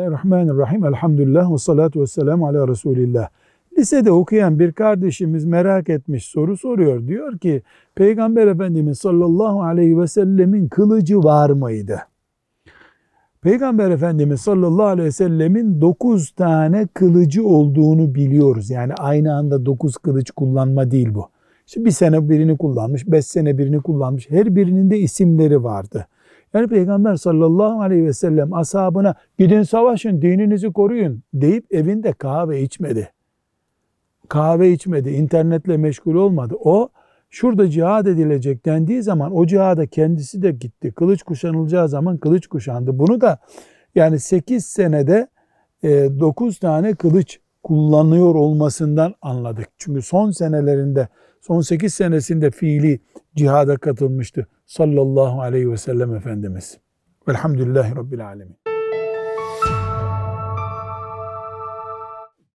Bismillahirrahmanirrahim. Elhamdülillah ve salatu ve selamu ala Resulillah. Lisede okuyan bir kardeşimiz merak etmiş, soru soruyor. Diyor ki, Peygamber Efendimiz sallallahu aleyhi ve sellemin kılıcı var mıydı? Peygamber Efendimiz sallallahu aleyhi ve sellemin 9 tane kılıcı olduğunu biliyoruz. Yani aynı anda 9 kılıç kullanma değil bu. İşte bir sene birini kullanmış, 5 sene birini kullanmış. Her birinin de isimleri vardı. Yani Peygamber sallallahu aleyhi ve sellem ashabına gidin savaşın, dininizi koruyun deyip evinde kahve içmedi. Kahve içmedi, internetle meşgul olmadı. O şurada cihad edilecek dendiği zaman o cihada kendisi de gitti. Kılıç kuşanılacağı zaman kılıç kuşandı. Bunu da yani 8 senede 9 tane kılıç kullanıyor olmasından anladık. Çünkü son senelerinde, son 8 senesinde fiili cihada katılmıştı sallallahu aleyhi ve sellem Efendimiz. Velhamdülillahi Rabbil alemin.